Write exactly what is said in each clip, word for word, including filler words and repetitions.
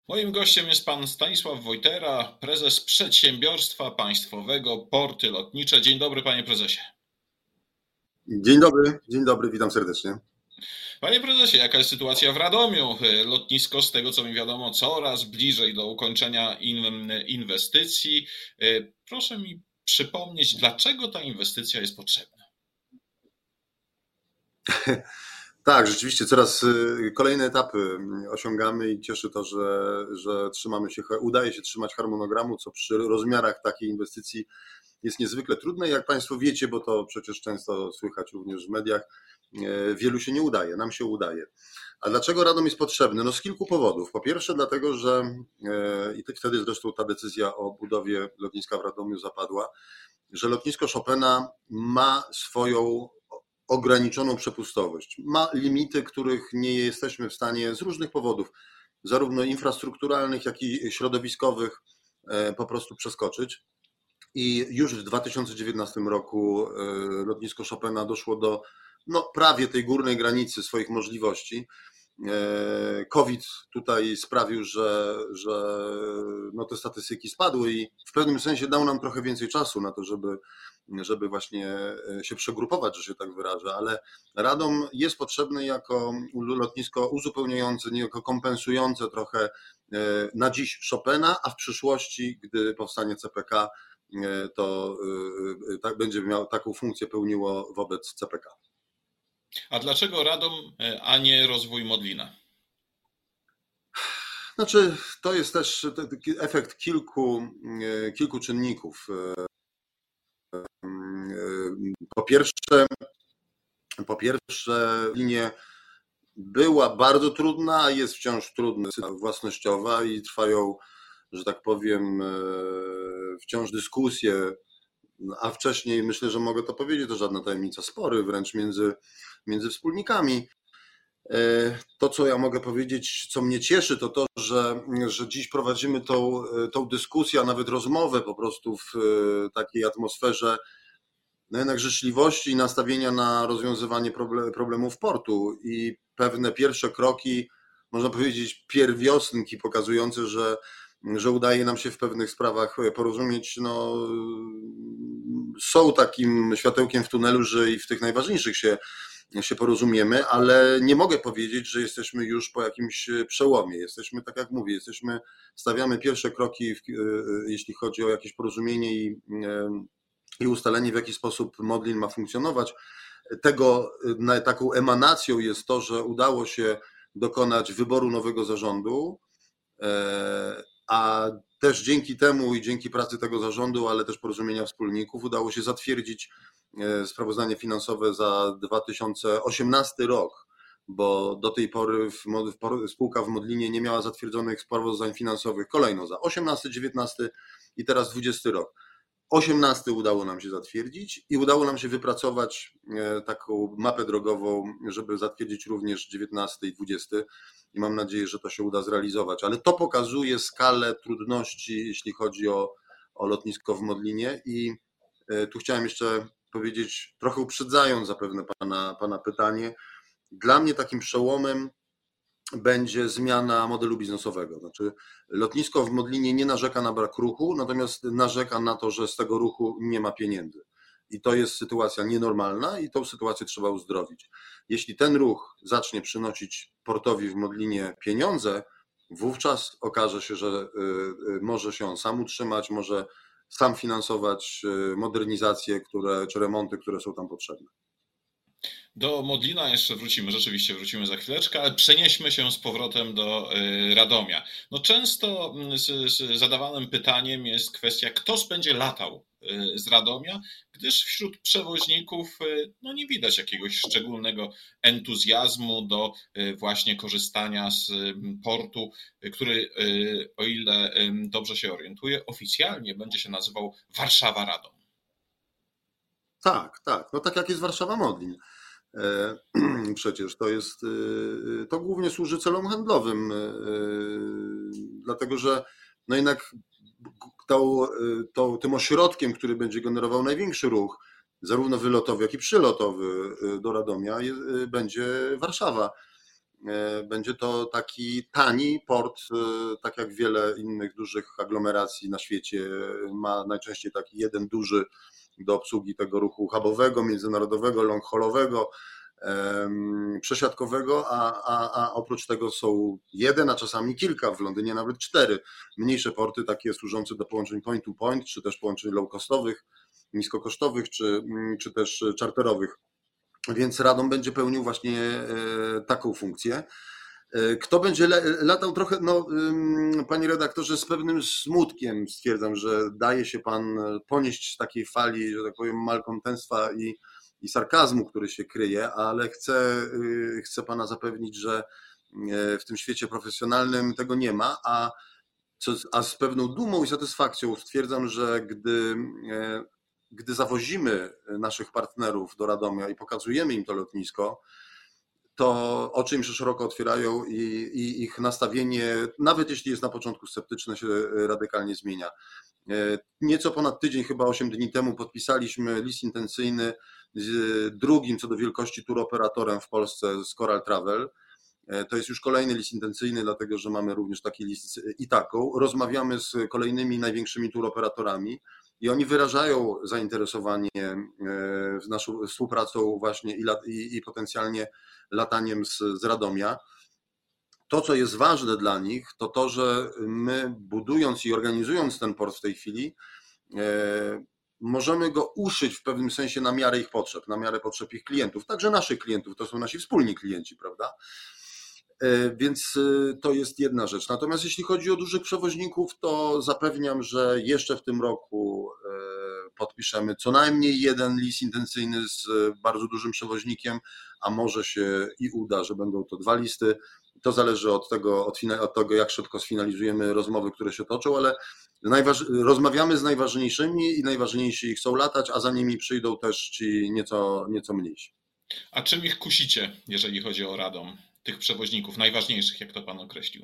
Moim gościem jest pan Stanisław Wojtera, prezes Przedsiębiorstwa Państwowego Porty Lotnicze. Dzień dobry, panie prezesie. Dzień dobry, dzień dobry, witam serdecznie. Panie prezesie, jaka jest sytuacja w Radomiu? Lotnisko, z tego co mi wiadomo, coraz bliżej do ukończenia inwestycji. Proszę mi przypomnieć, dlaczego ta inwestycja jest potrzebna? Tak, rzeczywiście coraz kolejne etapy osiągamy i cieszy to, że, że trzymamy się, udaje się trzymać harmonogramu, co przy rozmiarach takiej inwestycji jest niezwykle trudne. Jak Państwo wiecie, bo to przecież często słychać również w mediach, wielu się nie udaje, nam się udaje. A dlaczego Radom jest potrzebny? No z kilku powodów. Po pierwsze dlatego, że i wtedy zresztą ta decyzja o budowie lotniska w Radomiu zapadła, że lotnisko Chopina ma swoją ograniczoną przepustowość. Ma limity, których nie jesteśmy w stanie z różnych powodów, zarówno infrastrukturalnych, jak i środowiskowych, po prostu przeskoczyć. I już w dwa tysiące dziewiętnastym roku lotnisko Chopina doszło do no, prawie tej górnej granicy swoich możliwości. COVID tutaj sprawił, że, że no te statystyki spadły i w pewnym sensie dał nam trochę więcej czasu na to, żeby, żeby właśnie się przegrupować, że się tak wyrażę, ale Radom jest potrzebny jako lotnisko uzupełniające, jako kompensujące trochę na dziś Chopina, a w przyszłości, gdy powstanie C P K, to tak będzie miał taką funkcję pełniło wobec C P K. A dlaczego Radom, a nie rozwój Modlina? Znaczy, to jest też efekt kilku, kilku czynników. Po pierwsze, po pierwsze, linia była bardzo trudna, a jest wciąż trudna, własnościowa i trwają, że tak powiem, wciąż dyskusje, a wcześniej, myślę, że mogę to powiedzieć, to żadna tajemnica, spory wręcz między, między wspólnikami. To, co ja mogę powiedzieć, co mnie cieszy, to to, że, że dziś prowadzimy tą, tą dyskusję, a nawet rozmowę po prostu w takiej atmosferze no jednak życzliwości i nastawienia na rozwiązywanie problemów portu i pewne pierwsze kroki, można powiedzieć pierwiosnki pokazujące, że, że udaje nam się w pewnych sprawach porozumieć, no, są takim światełkiem w tunelu, że i w tych najważniejszych się się porozumiemy, ale nie mogę powiedzieć, że jesteśmy już po jakimś przełomie. Jesteśmy, tak jak mówię, jesteśmy, stawiamy pierwsze kroki, w, jeśli chodzi o jakieś porozumienie i, i ustalenie, w jaki sposób Modlin ma funkcjonować. Tego taką emanacją jest to, że udało się dokonać wyboru nowego zarządu, a też dzięki temu i dzięki pracy tego zarządu, ale też porozumienia wspólników udało się zatwierdzić sprawozdanie finansowe za dwa tysiące osiemnasty rok, bo do tej pory w, w, spółka w Modlinie nie miała zatwierdzonych sprawozdań finansowych kolejno za osiemnasty, dziewiętnasty i teraz dwudziesty rok. osiemnasty udało nam się zatwierdzić i udało nam się wypracować taką mapę drogową, żeby zatwierdzić również dziewiętnasty i dwudziesty i mam nadzieję, że to się uda zrealizować, ale to pokazuje skalę trudności, jeśli chodzi o, o lotnisko w Modlinie i tu chciałem jeszcze powiedzieć, trochę uprzedzając zapewne pana, pana pytanie, dla mnie takim przełomem będzie zmiana modelu biznesowego. Znaczy, lotnisko w Modlinie nie narzeka na brak ruchu, natomiast narzeka na to, że z tego ruchu nie ma pieniędzy. I to jest sytuacja nienormalna i tą sytuację trzeba uzdrowić. Jeśli ten ruch zacznie przynosić portowi w Modlinie pieniądze, wówczas okaże się, że może się on sam utrzymać, może sam finansować modernizacje, które, czy remonty, które są tam potrzebne. Do Modlina jeszcze wrócimy, rzeczywiście wrócimy za chwileczkę, ale przenieśmy się z powrotem do Radomia. No często z, z zadawanym pytaniem jest kwestia, kto będzie latał z Radomia, gdyż wśród przewoźników no nie widać jakiegoś szczególnego entuzjazmu do właśnie korzystania z portu, który, o ile dobrze się orientuję, oficjalnie będzie się nazywał Warszawa-Radom. Tak, tak. No tak jak jest Warszawa-Modlin. Przecież to jest, to głównie służy celom handlowym, dlatego że no jednak tą, tą, tym ośrodkiem, który będzie generował największy ruch, zarówno wylotowy, jak i przylotowy do Radomia, będzie Warszawa. Będzie to taki tani port, tak jak wiele innych dużych aglomeracji na świecie. Ma najczęściej taki jeden duży do obsługi tego ruchu hubowego, międzynarodowego, long-haulowego, przesiadkowego, a, a, a oprócz tego są jeden, a czasami kilka, w Londynie nawet cztery mniejsze porty, takie służące do połączeń point to point, czy też połączeń low-costowych, niskokosztowych, czy, czy też czarterowych. Więc Radom będzie pełnił właśnie taką funkcję. Kto będzie latał trochę, no panie redaktorze, z pewnym smutkiem stwierdzam, że daje się pan ponieść takiej fali, że tak powiem, malkontentstwa i, i sarkazmu, który się kryje, ale chcę, chcę pana zapewnić, że w tym świecie profesjonalnym tego nie ma, a, co, a z pewną dumą i satysfakcją stwierdzam, że gdy Gdy zawozimy naszych partnerów do Radomia i pokazujemy im to lotnisko, to oczy im się szeroko otwierają i, i ich nastawienie, nawet jeśli jest na początku sceptyczne, się radykalnie zmienia. Nieco ponad tydzień, chyba osiem dni temu, podpisaliśmy list intencyjny z drugim co do wielkości touroperatorem w Polsce, z Coral Travel. To jest już kolejny list intencyjny, dlatego że mamy również taki list z Itaką. Rozmawiamy z kolejnymi największymi touroperatorami i oni wyrażają zainteresowanie naszą współpracą właśnie i, i, i potencjalnie lataniem z, z Radomia. To, co jest ważne dla nich, to to, że my budując i organizując ten port w tej chwili, możemy go uszyć w pewnym sensie na miarę ich potrzeb, na miarę potrzeb ich klientów, także naszych klientów, to są nasi wspólni klienci, prawda? Więc to jest jedna rzecz. Natomiast jeśli chodzi o dużych przewoźników, to zapewniam, że jeszcze w tym roku podpiszemy co najmniej jeden list intencyjny z bardzo dużym przewoźnikiem, a może się i uda, że będą to dwa listy. To zależy od tego, od, od tego jak szybko sfinalizujemy rozmowy, które się toczą, ale najważ... rozmawiamy z najważniejszymi i najważniejsi chcą latać, a za nimi przyjdą też ci nieco, nieco mniejsi. A czym ich kusicie, jeżeli chodzi o Radom? Tych przewoźników, najważniejszych, jak to pan określił?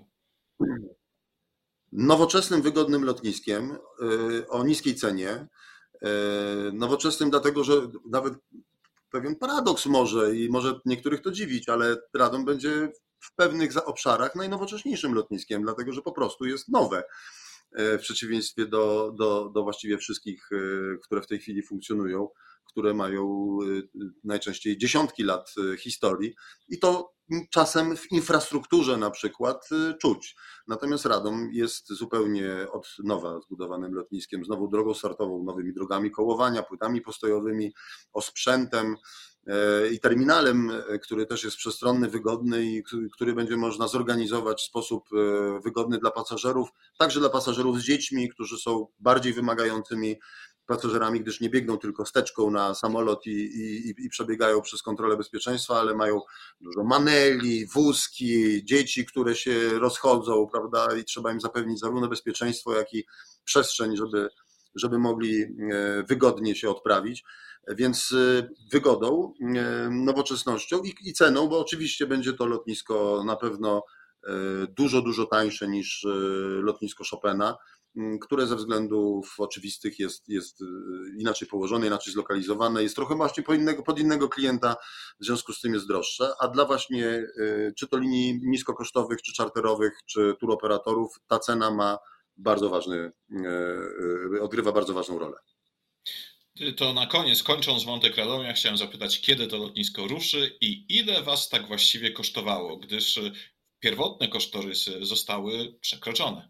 Nowoczesnym, wygodnym lotniskiem o niskiej cenie. Nowoczesnym dlatego, że nawet pewien paradoks może i może niektórych to dziwić, ale Radom będzie w pewnych obszarach najnowocześniejszym lotniskiem, dlatego że po prostu jest nowe. W przeciwieństwie do, do, do właściwie wszystkich, które w tej chwili funkcjonują, które mają najczęściej dziesiątki lat historii i to czasem w infrastrukturze na przykład czuć. Natomiast Radom jest zupełnie od nowa zbudowanym lotniskiem, z nową drogą startową, nowymi drogami kołowania, płytami postojowymi, osprzętem i terminalem, który też jest przestronny, wygodny i który będzie można zorganizować w sposób wygodny dla pasażerów, także dla pasażerów z dziećmi, którzy są bardziej wymagającymi pasażerami, gdyż nie biegną tylko steczką na samolot i, i, i przebiegają przez kontrolę bezpieczeństwa, ale mają dużo maneli, wózki, dzieci, które się rozchodzą, prawda, i trzeba im zapewnić zarówno bezpieczeństwo, jak i przestrzeń, żeby, żeby mogli wygodnie się odprawić. Więc wygodą, nowoczesnością i, i ceną, bo oczywiście będzie to lotnisko na pewno dużo, dużo tańsze niż lotnisko Chopina, które ze względów oczywistych jest, jest inaczej położone, inaczej zlokalizowane, jest trochę właśnie pod innego, pod innego klienta, w związku z tym jest droższe, a dla właśnie czy to linii niskokosztowych, czy czarterowych, czy touroperatorów ta cena ma bardzo ważny, odgrywa bardzo ważną rolę. To na koniec, kończąc wątek Radomia, chciałem zapytać, kiedy to lotnisko ruszy i ile was tak właściwie kosztowało, gdyż pierwotne kosztorysy zostały przekroczone.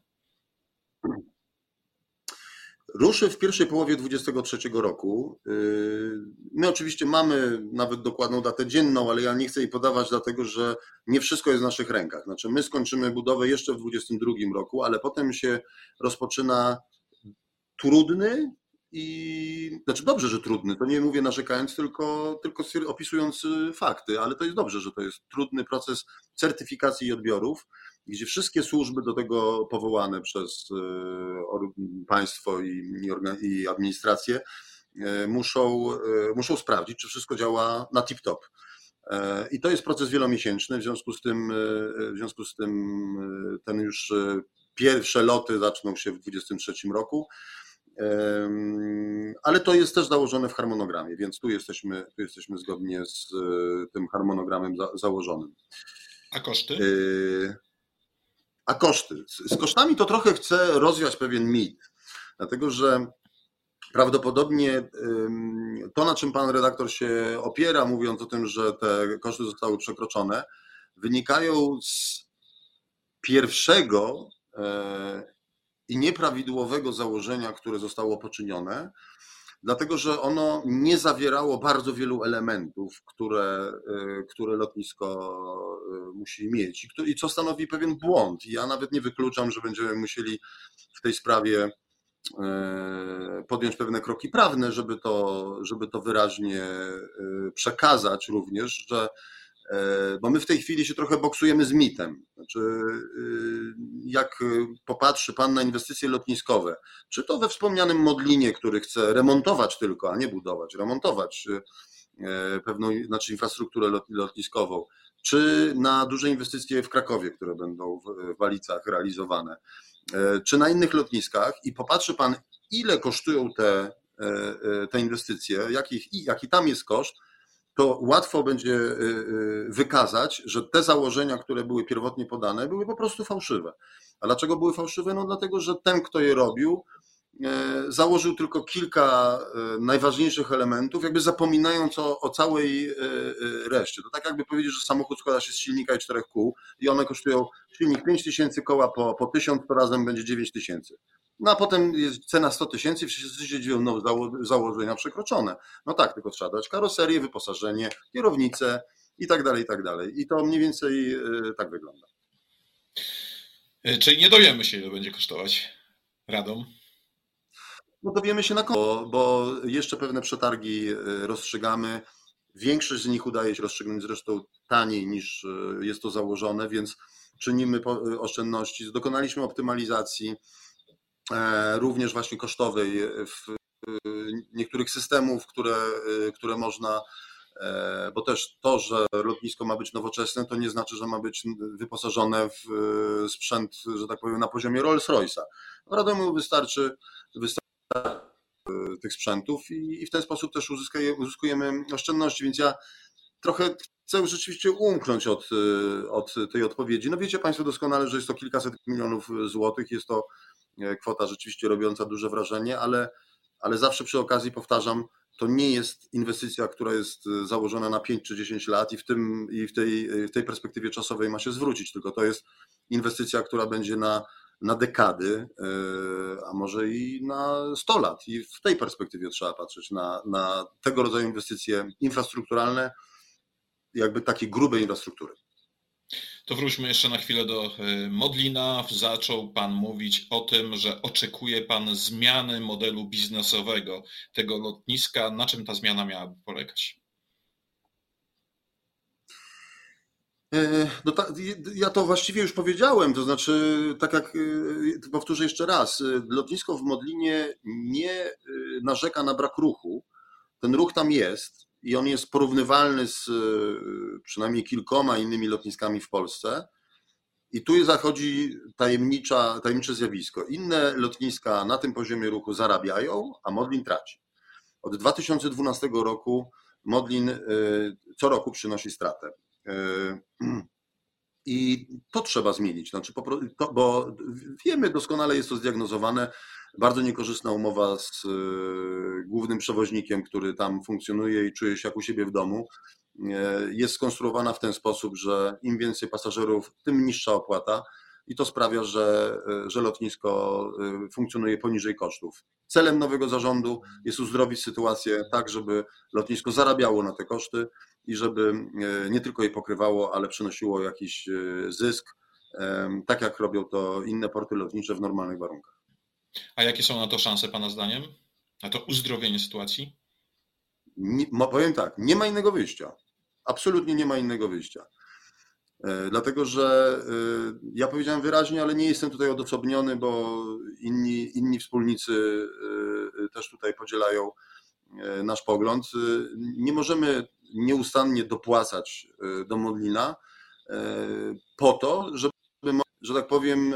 Ruszy w pierwszej połowie dwudziestego trzeciego roku. My oczywiście mamy nawet dokładną datę dzienną, ale ja nie chcę jej podawać, dlatego że nie wszystko jest w naszych rękach. Znaczy my skończymy budowę jeszcze w dwudziestym drugim roku, ale potem się rozpoczyna trudny i znaczy dobrze, że trudny, to nie mówię narzekając, tylko, tylko opisując fakty, ale to jest dobrze, że to jest trudny proces certyfikacji i odbiorów, gdzie wszystkie służby do tego powołane przez państwo i, i administrację muszą, muszą sprawdzić, czy wszystko działa na tip-top. I to jest proces wielomiesięczny, w związku z tym, w związku z tym ten już pierwsze loty zaczną się w dwudziestym trzecim roku. Ale to jest też założone w harmonogramie, więc tu jesteśmy, tu jesteśmy zgodnie z tym harmonogramem za, założonym. A koszty? A koszty. Z kosztami to trochę chcę rozwiać pewien mit, dlatego że prawdopodobnie to, na czym pan redaktor się opiera, mówiąc o tym, że te koszty zostały przekroczone, wynikają z pierwszego i nieprawidłowego założenia, które zostało poczynione, dlatego że ono nie zawierało bardzo wielu elementów, które, które lotnisko musi mieć i co stanowi pewien błąd. Ja nawet nie wykluczam, że będziemy musieli w tej sprawie podjąć pewne kroki prawne, żeby to, żeby to wyraźnie przekazać również, że bo my w tej chwili się trochę boksujemy z mitem. Znaczy, jak popatrzy pan na inwestycje lotniskowe, czy to we wspomnianym Modlinie, który chce remontować tylko, a nie budować, remontować pewną, znaczy infrastrukturę lotniskową, czy na duże inwestycje w Krakowie, które będą w Walicach realizowane, czy na innych lotniskach i popatrzy pan, ile kosztują te, te inwestycje, jaki, jaki tam jest koszt, to łatwo będzie wykazać, że te założenia, które były pierwotnie podane, były po prostu fałszywe. A dlaczego były fałszywe? No dlatego, że ten, kto je robił, założył tylko kilka najważniejszych elementów, jakby zapominając o, o całej reszcie. To tak jakby powiedzieć, że samochód składa się z silnika i czterech kół i one kosztują silnik pięć tysięcy, koła po, po tysiąc, to razem będzie dziewięć tysięcy. No a potem jest cena sto tysięcy i wszyscy się dziwią, no założenia przekroczone. No tak, tylko trzeba dać karoserię, wyposażenie, kierownicę i tak dalej, i tak dalej. I to mniej więcej tak wygląda. Czyli nie dowiemy się, ile będzie kosztować Radom? No dowiemy się na końcu, bo jeszcze pewne przetargi rozstrzygamy. Większość z nich udaje się rozstrzygnąć zresztą taniej niż jest to założone, więc czynimy oszczędności. Dokonaliśmy optymalizacji również właśnie kosztowej w niektórych systemów, które, które można, bo też to, że lotnisko ma być nowoczesne, to nie znaczy, że ma być wyposażone w sprzęt, że tak powiem, na poziomie Rolls-Royce'a. W Radomiu wystarczy, wystarczy tych sprzętów i, i w ten sposób też uzyskujemy oszczędności, więc ja trochę chcę rzeczywiście umknąć od, od tej odpowiedzi. No wiecie Państwo doskonale, że jest to kilkaset milionów złotych, jest to kwota rzeczywiście robiąca duże wrażenie, ale, ale zawsze przy okazji powtarzam, to nie jest inwestycja, która jest założona na pięć czy dziesięć lat i w, tym, i w, tej, w tej perspektywie czasowej ma się zwrócić, tylko to jest inwestycja, która będzie na, na dekady, a może i na sto lat i w tej perspektywie trzeba patrzeć na, na tego rodzaju inwestycje infrastrukturalne, jakby takiej grubej infrastruktury. To wróćmy jeszcze na chwilę do Modlina. Zaczął Pan mówić o tym, że oczekuje Pan zmiany modelu biznesowego tego lotniska. Na czym ta zmiana miałaby polegać? No ta, ja to właściwie już powiedziałem, to znaczy, tak jak powtórzę jeszcze raz, lotnisko w Modlinie nie narzeka na brak ruchu. Ten ruch tam jest i on jest porównywalny z przynajmniej kilkoma innymi lotniskami w Polsce. I tu zachodzi tajemnicza, tajemnicze zjawisko. Inne lotniska na tym poziomie ruchu zarabiają, a Modlin traci. Od dwa tysiące dwunastego roku Modlin co roku przynosi stratę. I to trzeba zmienić, znaczy, bo wiemy doskonale, jest to zdiagnozowane, bardzo niekorzystna umowa z głównym przewoźnikiem, który tam funkcjonuje i czuje się jak u siebie w domu, jest skonstruowana w ten sposób, że im więcej pasażerów, tym niższa opłata i to sprawia, że, że lotnisko funkcjonuje poniżej kosztów. Celem nowego zarządu jest uzdrowić sytuację tak, żeby lotnisko zarabiało na te koszty i żeby nie tylko je pokrywało, ale przynosiło jakiś zysk, tak jak robią to inne porty lotnicze w normalnych warunkach. A jakie są na to szanse Pana zdaniem? Na to uzdrowienie sytuacji? Nie, powiem tak, nie ma innego wyjścia. Absolutnie nie ma innego wyjścia. Dlatego, że ja powiedziałem wyraźnie, ale nie jestem tutaj odosobniony, bo inni, inni wspólnicy też tutaj podzielają nasz pogląd. Nie możemy nieustannie dopłacać do Modlina po to, żeby, że tak powiem,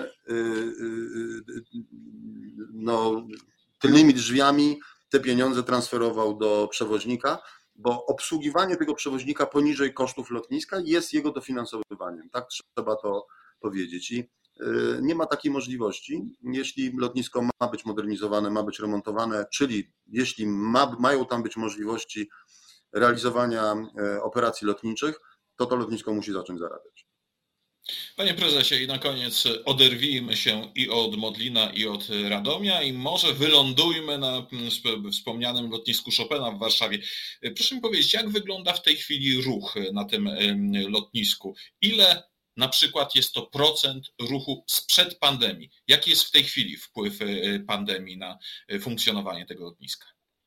no, tylnymi drzwiami te pieniądze transferował do przewoźnika, bo obsługiwanie tego przewoźnika poniżej kosztów lotniska jest jego dofinansowywaniem. Tak trzeba to powiedzieć. I nie ma takiej możliwości, jeśli lotnisko ma być modernizowane, ma być remontowane, czyli jeśli ma, mają tam być możliwości realizowania operacji lotniczych, to to lotnisko musi zacząć zarabiać. Panie prezesie, i na koniec oderwijmy się i od Modlina, i od Radomia i może wylądujmy na wspomnianym lotnisku Chopina w Warszawie. Proszę mi powiedzieć, jak wygląda w tej chwili ruch na tym lotnisku? Ile na przykład jest to procent ruchu sprzed pandemii? Jaki jest w tej chwili wpływ pandemii na funkcjonowanie tego lotniska?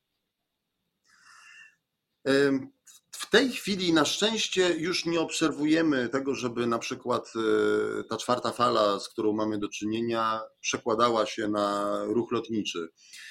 W tej chwili na szczęście już nie obserwujemy tego, żeby na przykład ta czwarta fala, z którą mamy do czynienia, przekładała się na ruch lotniczy.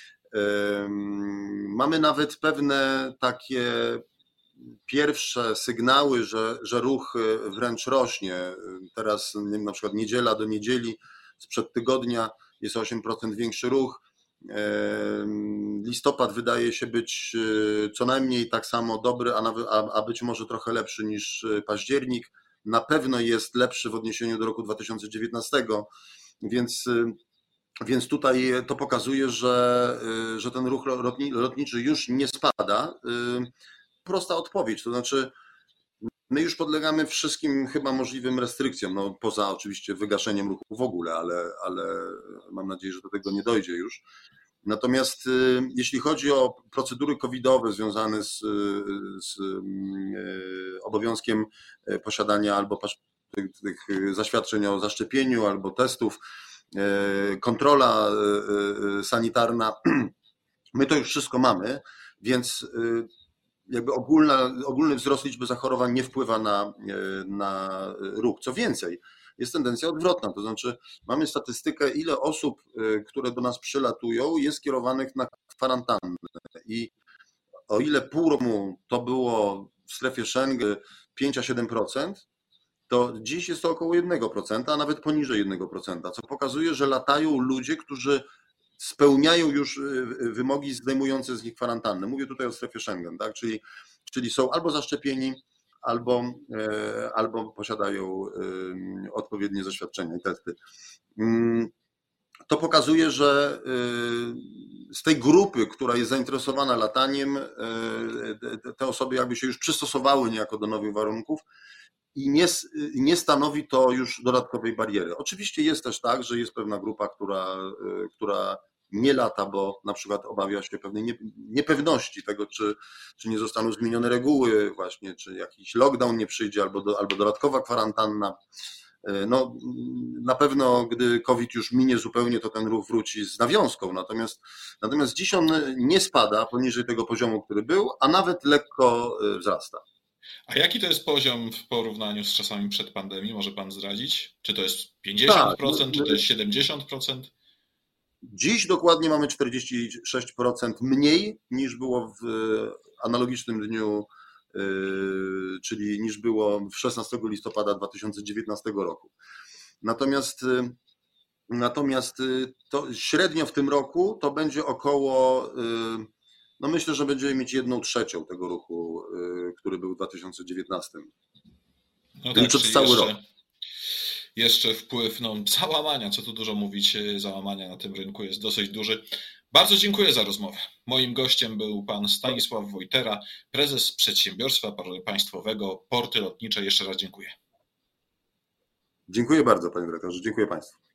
Mamy nawet pewne takie pierwsze sygnały, że, że ruch wręcz rośnie. Teraz na przykład niedziela do niedzieli sprzed tygodnia jest osiem procent większy ruch. Listopad wydaje się być co najmniej tak samo dobry, a, nawet, a, a być może trochę lepszy niż październik. Na pewno jest lepszy w odniesieniu do roku dwa tysiące dziewiętnastego, więc, więc tutaj to pokazuje, że, że ten ruch lotniczy już nie spada. Prosta odpowiedź, to znaczy my już podlegamy wszystkim chyba możliwym restrykcjom, no poza oczywiście wygaszeniem ruchu w ogóle, ale, ale mam nadzieję, że do tego nie dojdzie już. Natomiast jeśli chodzi o procedury covidowe związane z, z obowiązkiem posiadania albo tych, tych zaświadczeń o zaszczepieniu, albo testów, kontrola sanitarna, my to już wszystko mamy, więc jakby ogólna, ogólny wzrost liczby zachorowań nie wpływa na, na ruch. Co więcej, jest tendencja odwrotna, to znaczy mamy statystykę, ile osób, które do nas przylatują, jest kierowanych na kwarantannę. I o ile pół roku to było w strefie Schengen pięć do siedmiu procent, to dziś jest to około jeden procent, a nawet poniżej jeden procent, co pokazuje, że latają ludzie, którzy spełniają już wymogi zdejmujące z nich kwarantannę. Mówię tutaj o strefie Schengen, tak? czyli, czyli są albo zaszczepieni, albo, albo posiadają odpowiednie zaświadczenia i testy. To pokazuje, że z tej grupy, która jest zainteresowana lataniem, te osoby jakby się już przystosowały niejako do nowych warunków i nie, nie stanowi to już dodatkowej bariery. Oczywiście jest też tak, że jest pewna grupa, która, która nie lata, bo na przykład obawia się pewnej niepewności tego, czy, czy nie zostaną zmienione reguły właśnie, czy jakiś lockdown nie przyjdzie, albo, do, albo dodatkowa kwarantanna. No, na pewno, gdy COVID już minie zupełnie, to ten ruch wróci z nawiązką. Natomiast, natomiast dziś on nie spada poniżej tego poziomu, który był, a nawet lekko wzrasta. A jaki to jest poziom w porównaniu z czasami przed pandemią? Może pan zdradzić? Czy to jest pięćdziesiąt procent, tak, czy to jest siedemdziesiąt procent? Dziś dokładnie mamy czterdzieści sześć procent mniej niż było w analogicznym dniu, czyli niż było szesnastego listopada dwa tysiące dziewiętnastego roku. Natomiast, natomiast to średnio w tym roku to będzie około, no myślę, że będziemy mieć jedną trzecią tego ruchu, który był w dwa tysiące dziewiętnastym. No tak, przez cały jeszcze... rok. Jeszcze wpływ no, załamania, co tu dużo mówić, załamania na tym rynku jest dosyć duży. Bardzo dziękuję za rozmowę. Moim gościem był pan Stanisław Wojtera, prezes Przedsiębiorstwa Państwowego Porty Lotnicze. Jeszcze raz dziękuję. Dziękuję bardzo, panie dyrektorze. Dziękuję państwu.